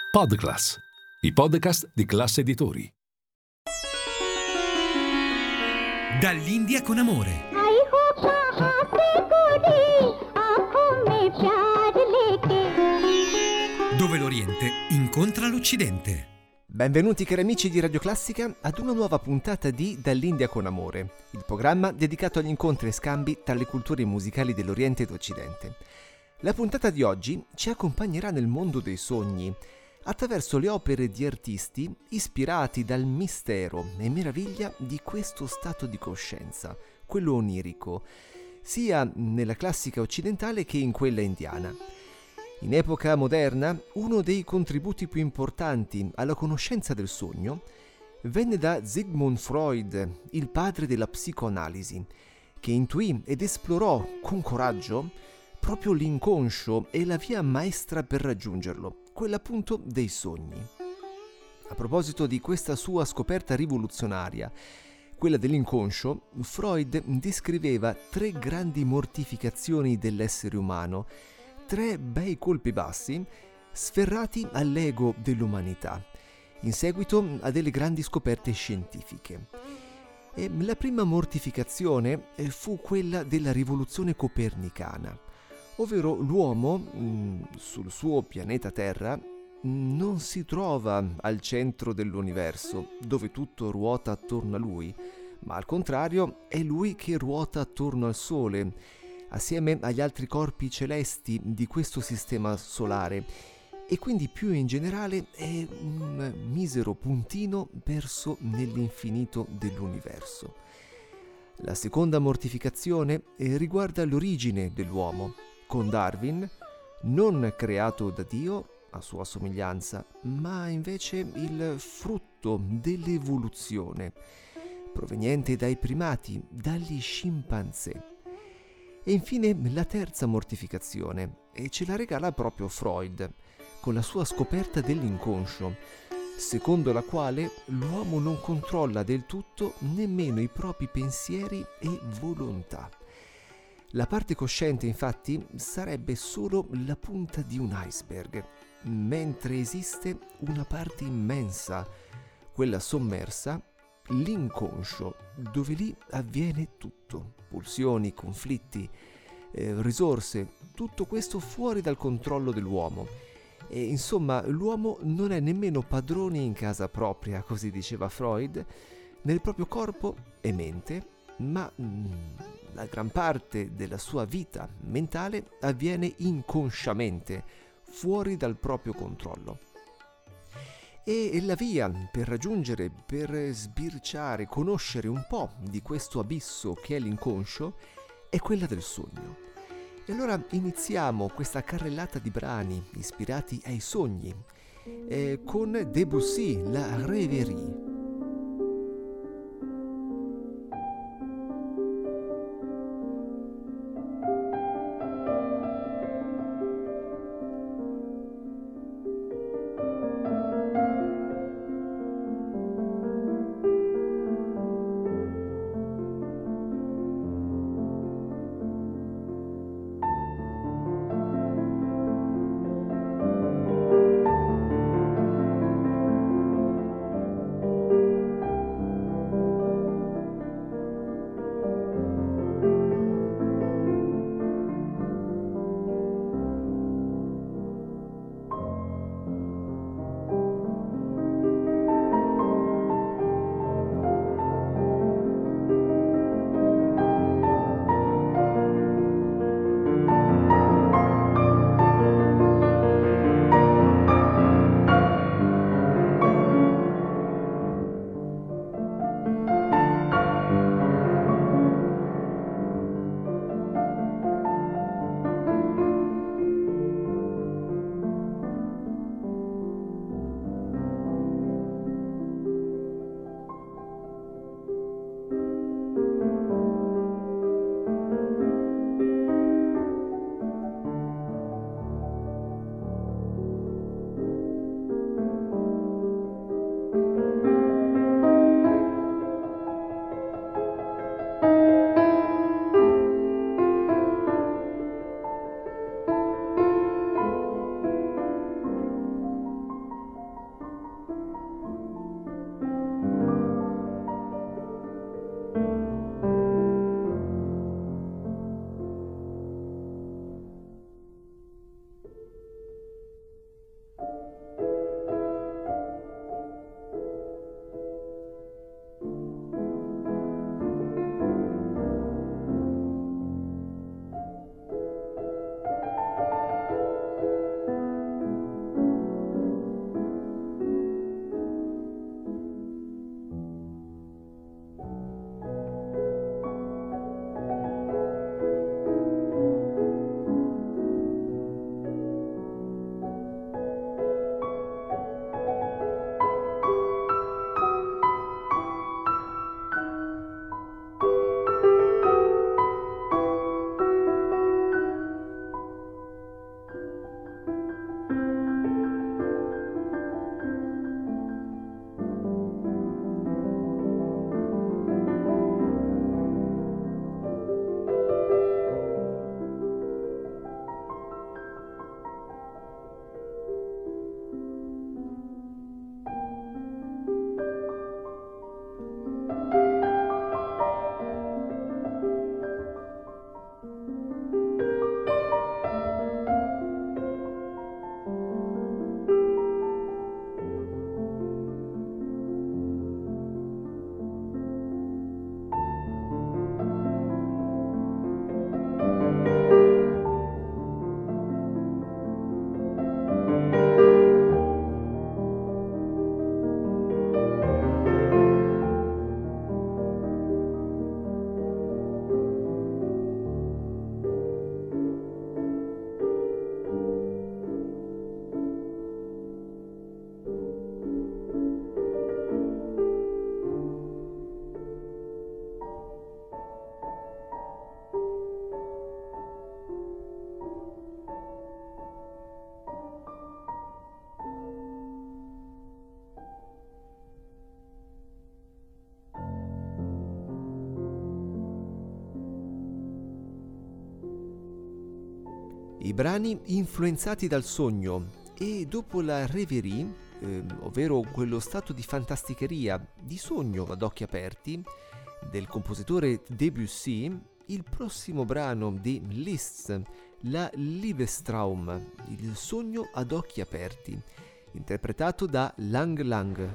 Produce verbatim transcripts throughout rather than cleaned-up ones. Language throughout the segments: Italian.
Podclass, i podcast di Class Editori. Dall'India con amore. Dove l'Oriente incontra l'Occidente. Benvenuti cari amici di Radio Classica ad una nuova puntata di Dall'India con amore, il programma dedicato agli incontri e scambi tra le culture musicali dell'Oriente ed Occidente. La puntata di oggi ci accompagnerà nel mondo dei sogni, attraverso le opere di artisti ispirati dal mistero e meraviglia di questo stato di coscienza, quello onirico, sia nella classica occidentale che in quella indiana. In epoca moderna, uno dei contributi più importanti alla conoscenza del sogno venne da Sigmund Freud, il padre della psicoanalisi, che intuì ed esplorò con coraggio proprio l'inconscio e la via maestra per raggiungerlo, quella appunto dei sogni. A proposito di questa sua scoperta rivoluzionaria, quella dell'inconscio, Freud descriveva tre grandi mortificazioni dell'essere umano, tre bei colpi bassi sferrati all'ego dell'umanità, in seguito a delle grandi scoperte scientifiche. E la prima mortificazione fu quella della rivoluzione copernicana, ovvero l'uomo mh, sul suo pianeta Terra mh, non si trova al centro dell'universo, dove tutto ruota attorno a lui, ma al contrario è lui che ruota attorno al Sole, assieme agli altri corpi celesti di questo sistema solare, e quindi più in generale è un misero puntino perso nell'infinito dell'universo. La seconda mortificazione riguarda l'origine dell'uomo, con Darwin, non creato da Dio a sua somiglianza, ma invece il frutto dell'evoluzione, proveniente dai primati, dagli scimpanzé. E infine la terza mortificazione, e ce la regala proprio Freud, con la sua scoperta dell'inconscio, secondo la quale l'uomo non controlla del tutto nemmeno i propri pensieri e volontà. La parte cosciente, infatti, sarebbe solo la punta di un iceberg, mentre esiste una parte immensa, quella sommersa, l'inconscio, dove lì avviene tutto, pulsioni, conflitti, eh, risorse, tutto questo fuori dal controllo dell'uomo. E insomma, l'uomo non è nemmeno padrone in casa propria, così diceva Freud, nel proprio corpo e mente, ma mm, la gran parte della sua vita mentale avviene inconsciamente, fuori dal proprio controllo. E la via per raggiungere, per sbirciare, conoscere un po' di questo abisso che è l'inconscio, è quella del sogno. E allora iniziamo questa carrellata di brani ispirati ai sogni, eh, con Debussy, la Rêverie. I brani influenzati dal sogno e dopo la reverie, eh, ovvero quello stato di fantasticheria, di sogno ad occhi aperti, del compositore Debussy, il prossimo brano di Liszt, la Liebestraum, il sogno ad occhi aperti, interpretato da Lang Lang.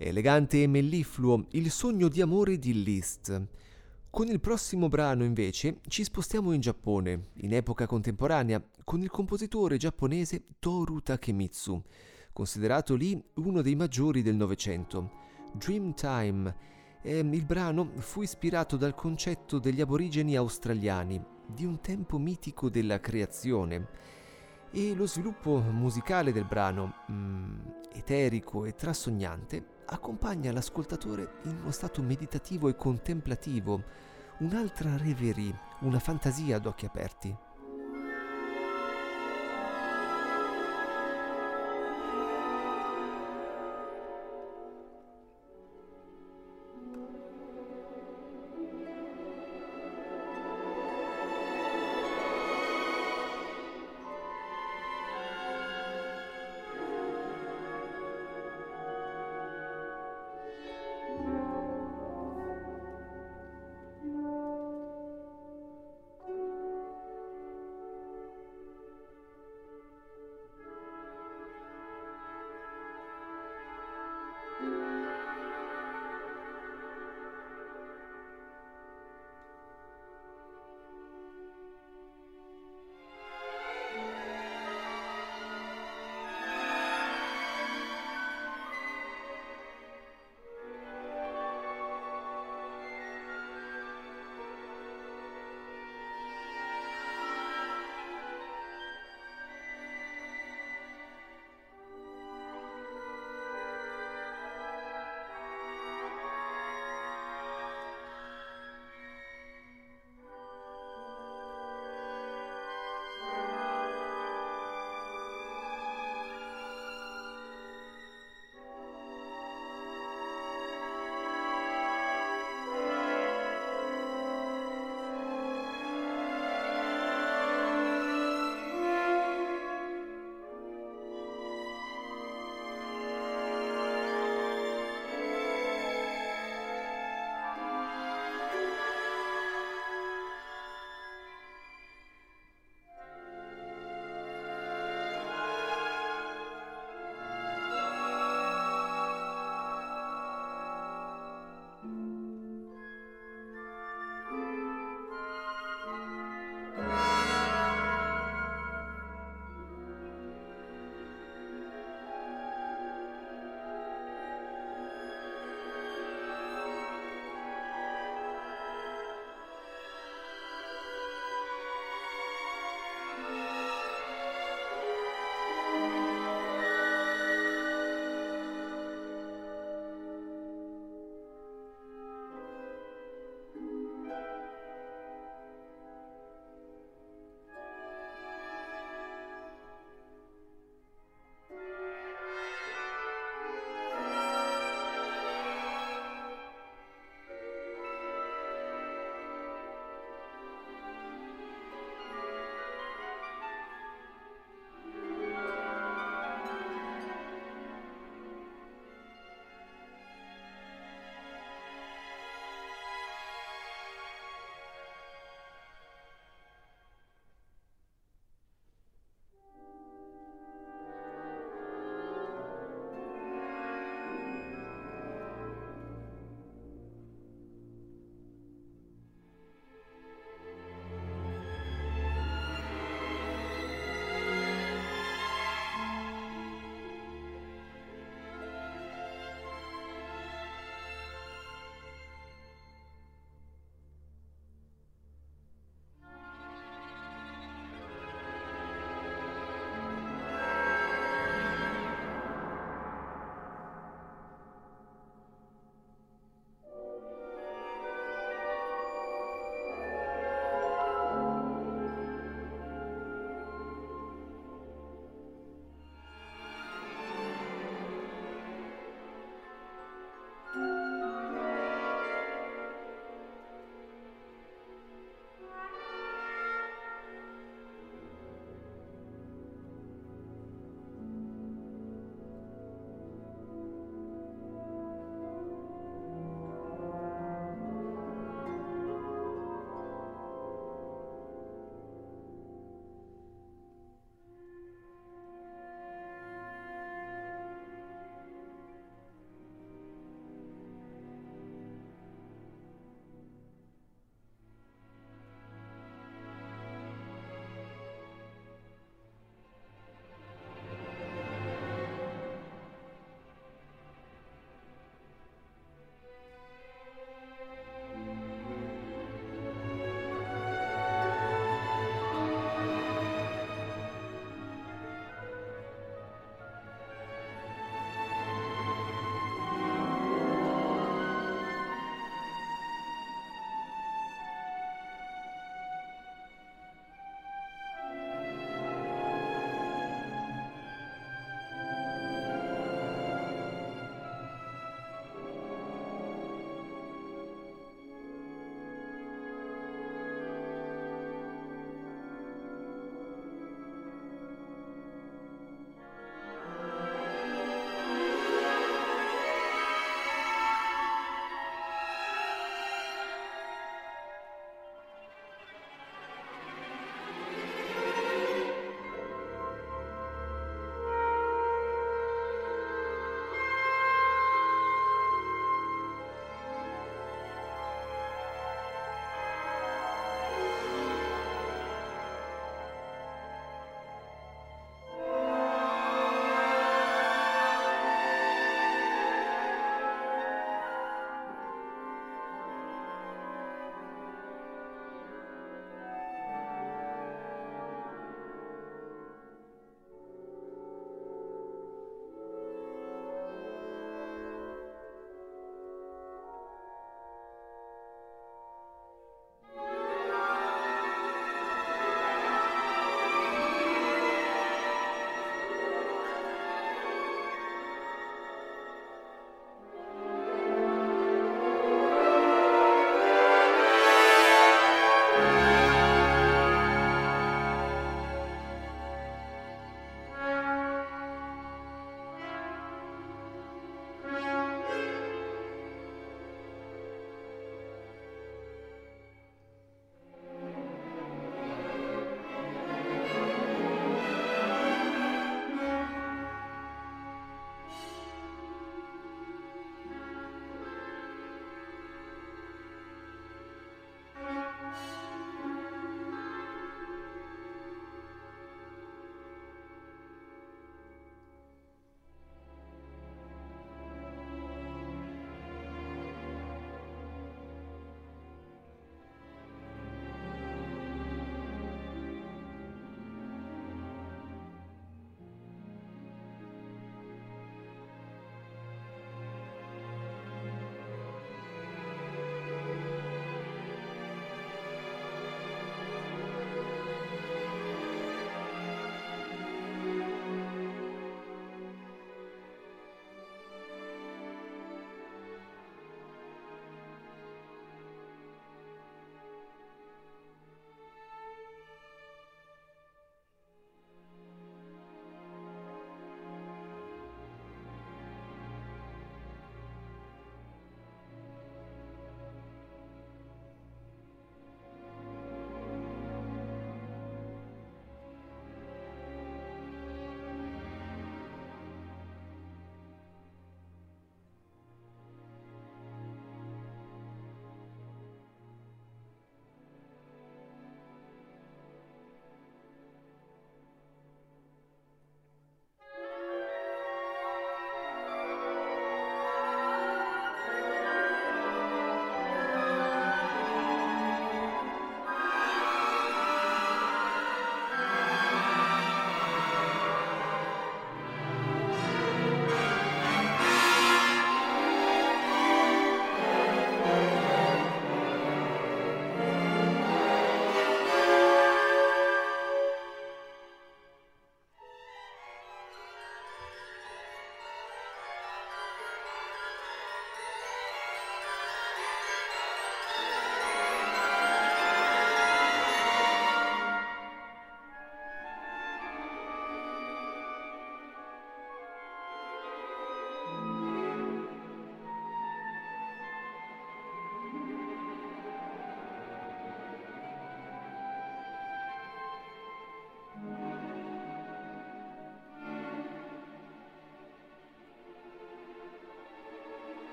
Elegante e mellifluo, il sogno di amore di Liszt. Con il prossimo brano, invece, ci spostiamo in Giappone, in epoca contemporanea, con il compositore giapponese Toru Takemitsu, considerato lì uno dei maggiori del Novecento. Dreamtime. Eh, il brano fu ispirato dal concetto degli aborigeni australiani, di un tempo mitico della creazione. E lo sviluppo musicale del brano, mm, eterico e trasognante, accompagna l'ascoltatore in uno stato meditativo e contemplativo, un'altra reverie, una fantasia ad occhi aperti.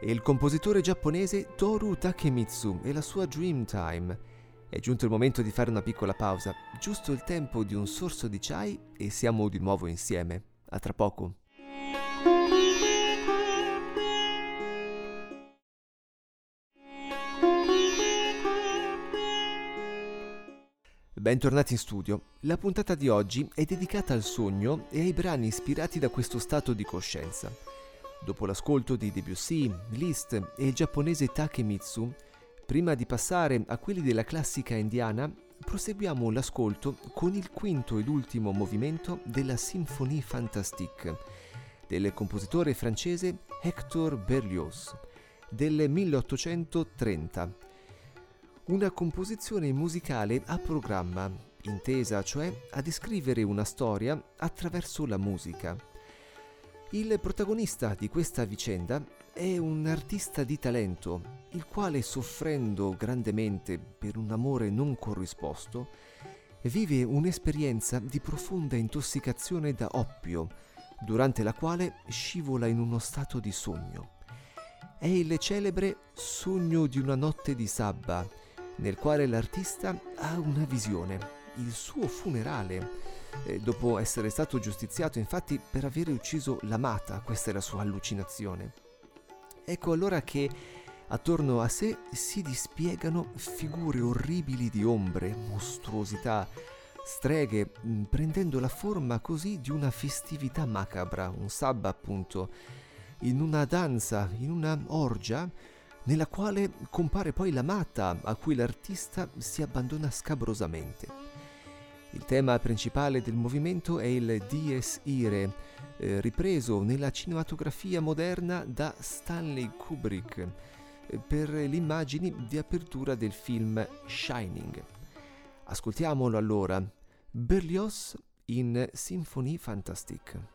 e il compositore giapponese Toru Takemitsu e la sua Dreamtime. È giunto il momento di fare una piccola pausa, giusto il tempo di un sorso di chai e siamo di nuovo insieme. A tra poco. Bentornati in studio. La puntata di oggi è dedicata al sogno e ai brani ispirati da questo stato di coscienza. Dopo l'ascolto di Debussy, Liszt e il giapponese Takemitsu, prima di passare a quelli della classica indiana, proseguiamo l'ascolto con il quinto ed ultimo movimento della Symphonie Fantastique del compositore francese Hector Berlioz del milleottocentotrenta. Una composizione musicale a programma, intesa cioè a descrivere una storia attraverso la musica. Il protagonista di questa vicenda è un artista di talento, il quale, soffrendo grandemente per un amore non corrisposto, vive un'esperienza di profonda intossicazione da oppio, durante la quale scivola in uno stato di sogno. È il celebre Sogno di una notte di Sabba, nel quale l'artista ha una visione, il suo funerale, eh, dopo essere stato giustiziato infatti per aver ucciso l'amata. Questa è la sua allucinazione. Ecco allora che attorno a sé si dispiegano figure orribili di ombre, mostruosità, streghe, prendendo la forma così di una festività macabra, un sabba appunto, in una danza, in una orgia, nella quale compare poi l'amata a cui l'artista si abbandona scabrosamente. Il tema principale del movimento è il Dies Irae, eh, ripreso nella cinematografia moderna da Stanley Kubrick eh, per le immagini di apertura del film Shining. Ascoltiamolo allora, Berlioz in Symphonie Fantastique.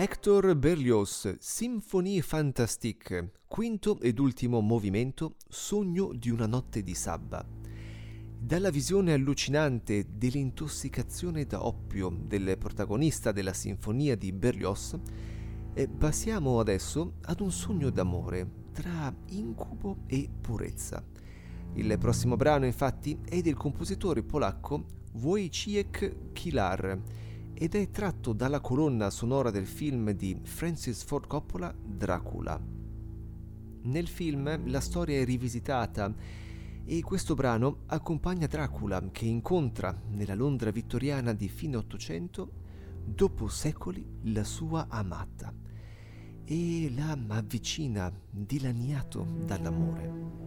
Hector Berlioz, Symphonie Fantastique, quinto ed ultimo movimento, Sogno di una notte di sabba. Dalla visione allucinante dell'intossicazione da oppio del protagonista della sinfonia di Berlioz, eh, passiamo adesso ad un sogno d'amore tra incubo e purezza. Il prossimo brano, infatti, è del compositore polacco Wojciech Kilar ed è tratto dalla colonna sonora del film di Francis Ford Coppola, Dracula. Nel film la storia è rivisitata e questo brano accompagna Dracula che incontra nella Londra vittoriana di fine Ottocento, dopo secoli, la sua amata e la avvicina dilaniato dall'amore.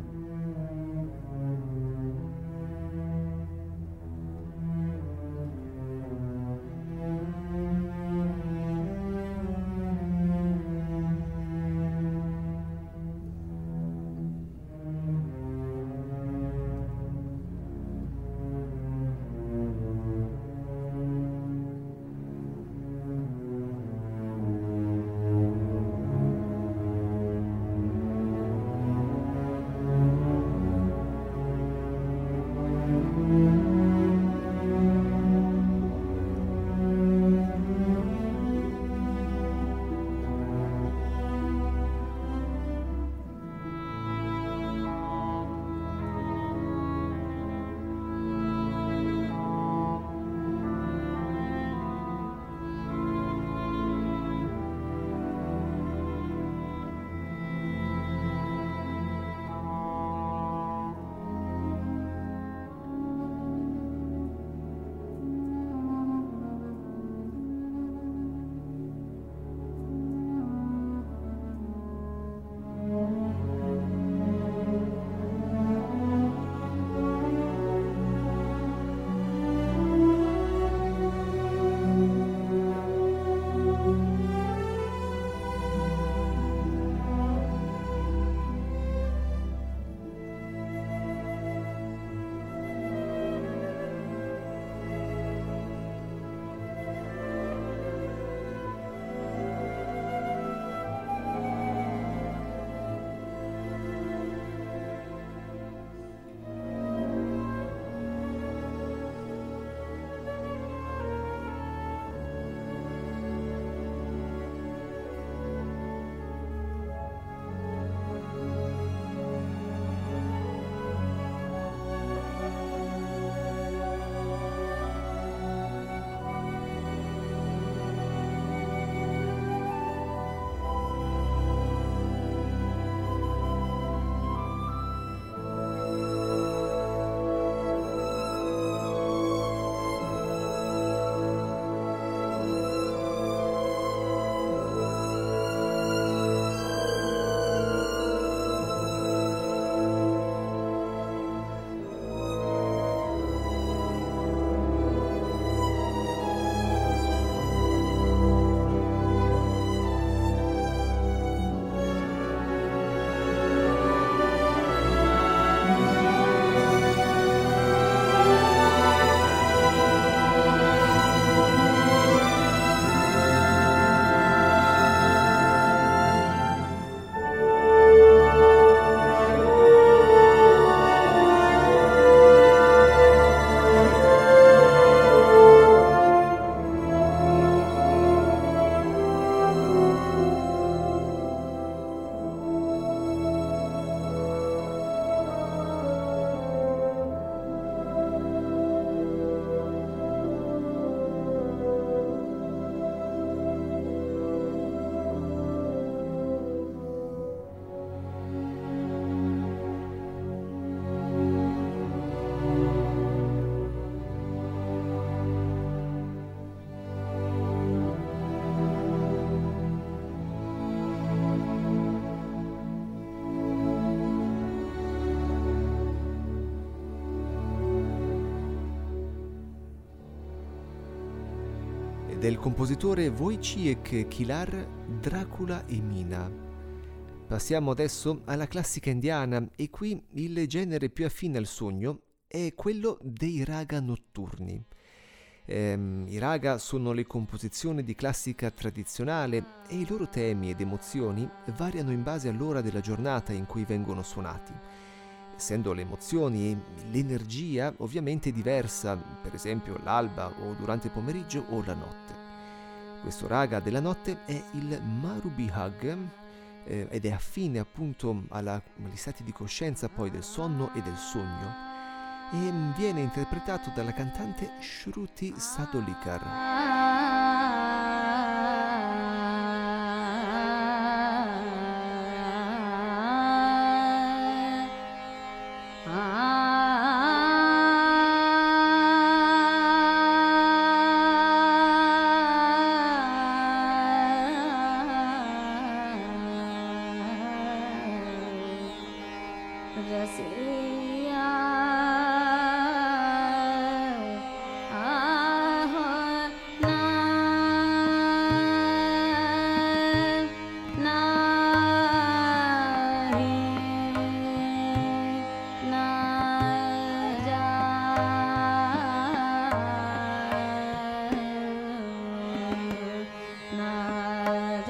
del compositore Wojciech Kilar, Dracula e Mina. Passiamo adesso alla classica indiana e qui il genere più affine al sogno è quello dei raga notturni. Ehm, I raga sono le composizioni di classica tradizionale e i loro temi ed emozioni variano in base all'ora della giornata in cui vengono suonati. Essendo le emozioni e l'energia ovviamente diversa, per esempio l'alba o durante il pomeriggio o la notte. Questo raga della notte è il Marubihag eh, ed è affine appunto alla, agli stati di coscienza poi del sonno e del sogno, e viene interpretato dalla cantante Shruti Sadolikar.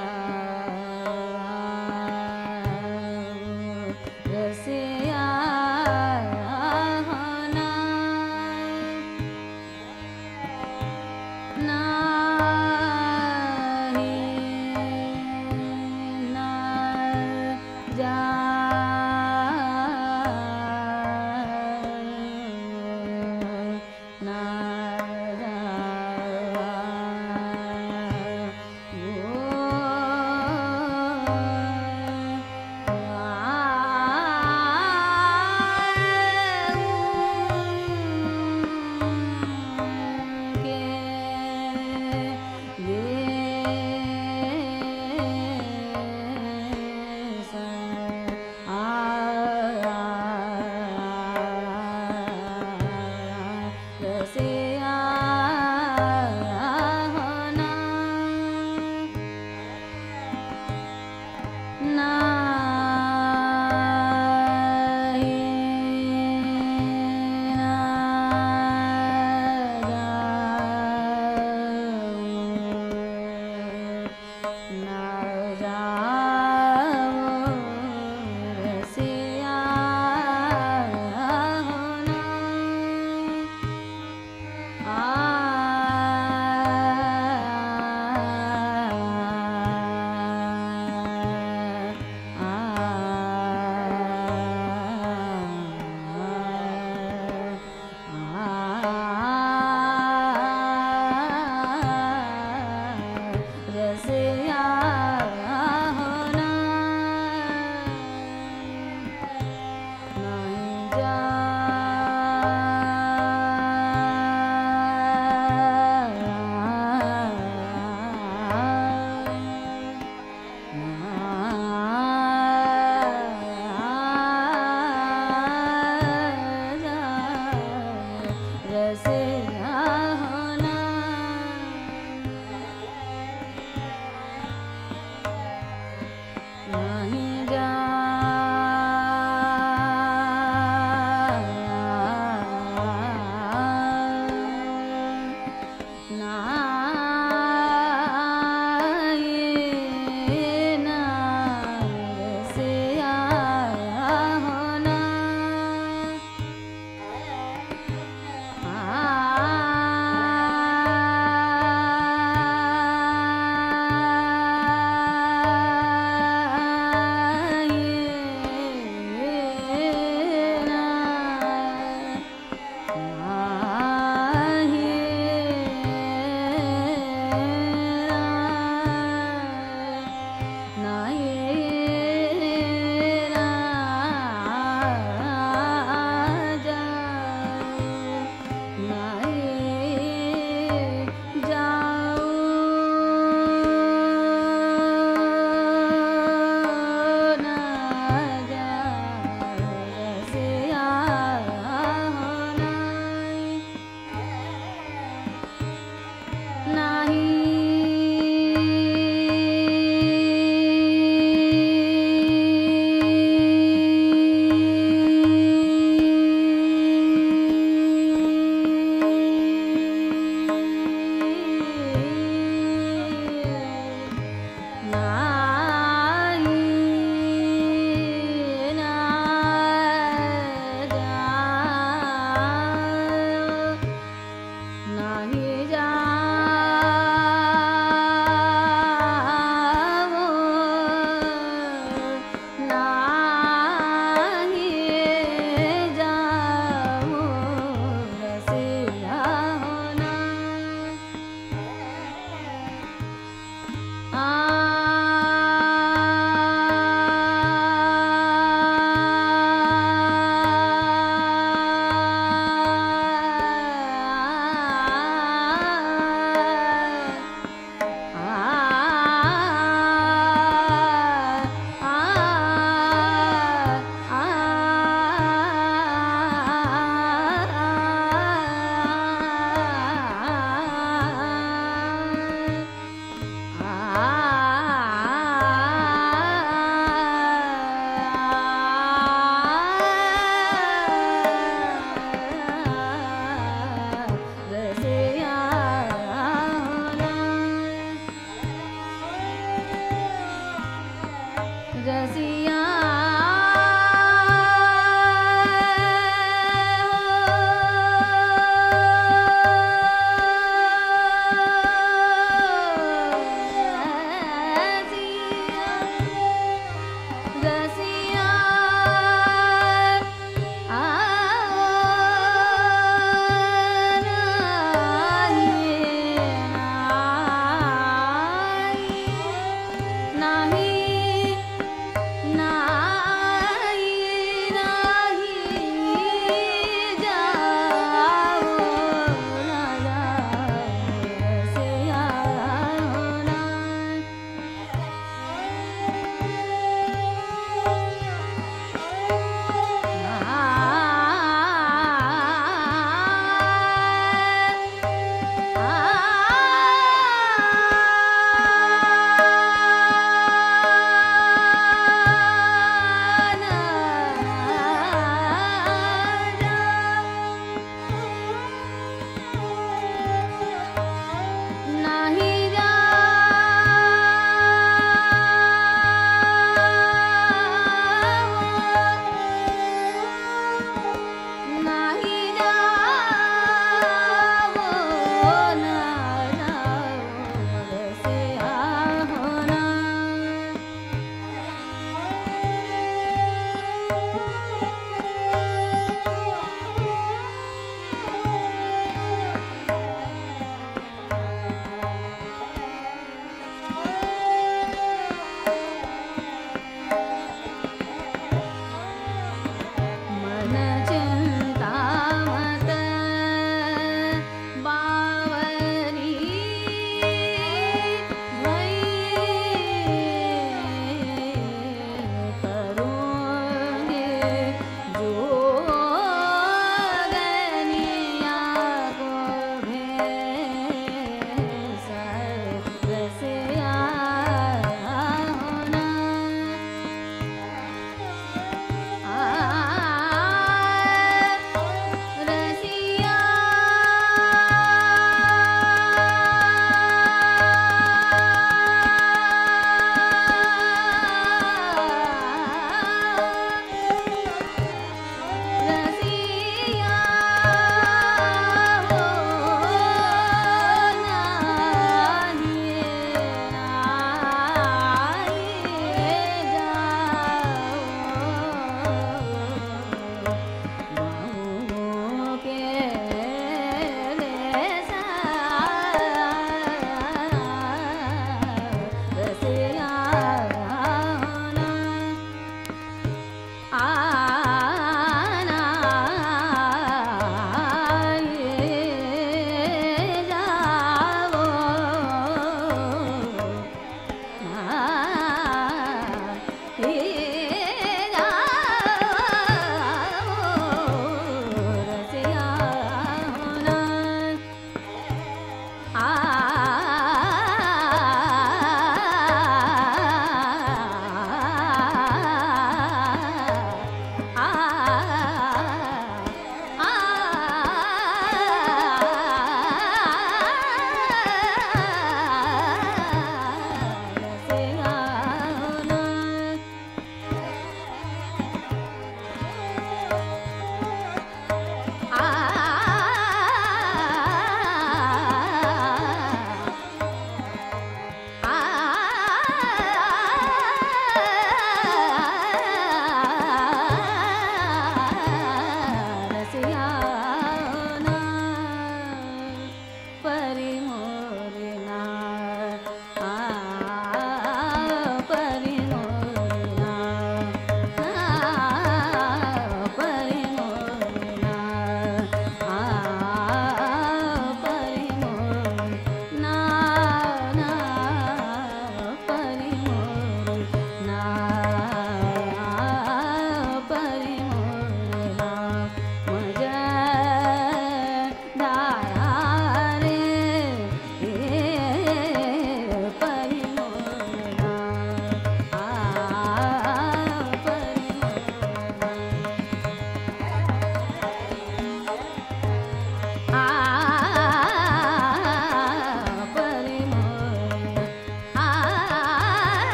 Rasiya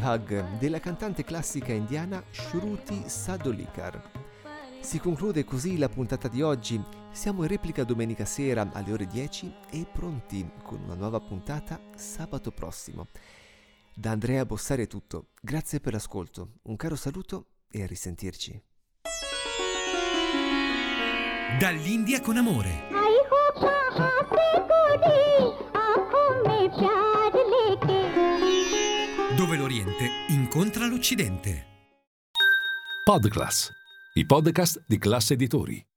Hug della cantante classica indiana Shruti Sadolikar. Si conclude così la puntata di oggi. Siamo in replica domenica sera alle ore dieci e pronti con una nuova puntata sabato prossimo. Da Andrea Bossari è tutto. Grazie per l'ascolto. Un caro saluto e a risentirci. Dall'India con amore. Dove l'Oriente incontra l'Occidente. Podclass, i podcast di Classe Editori.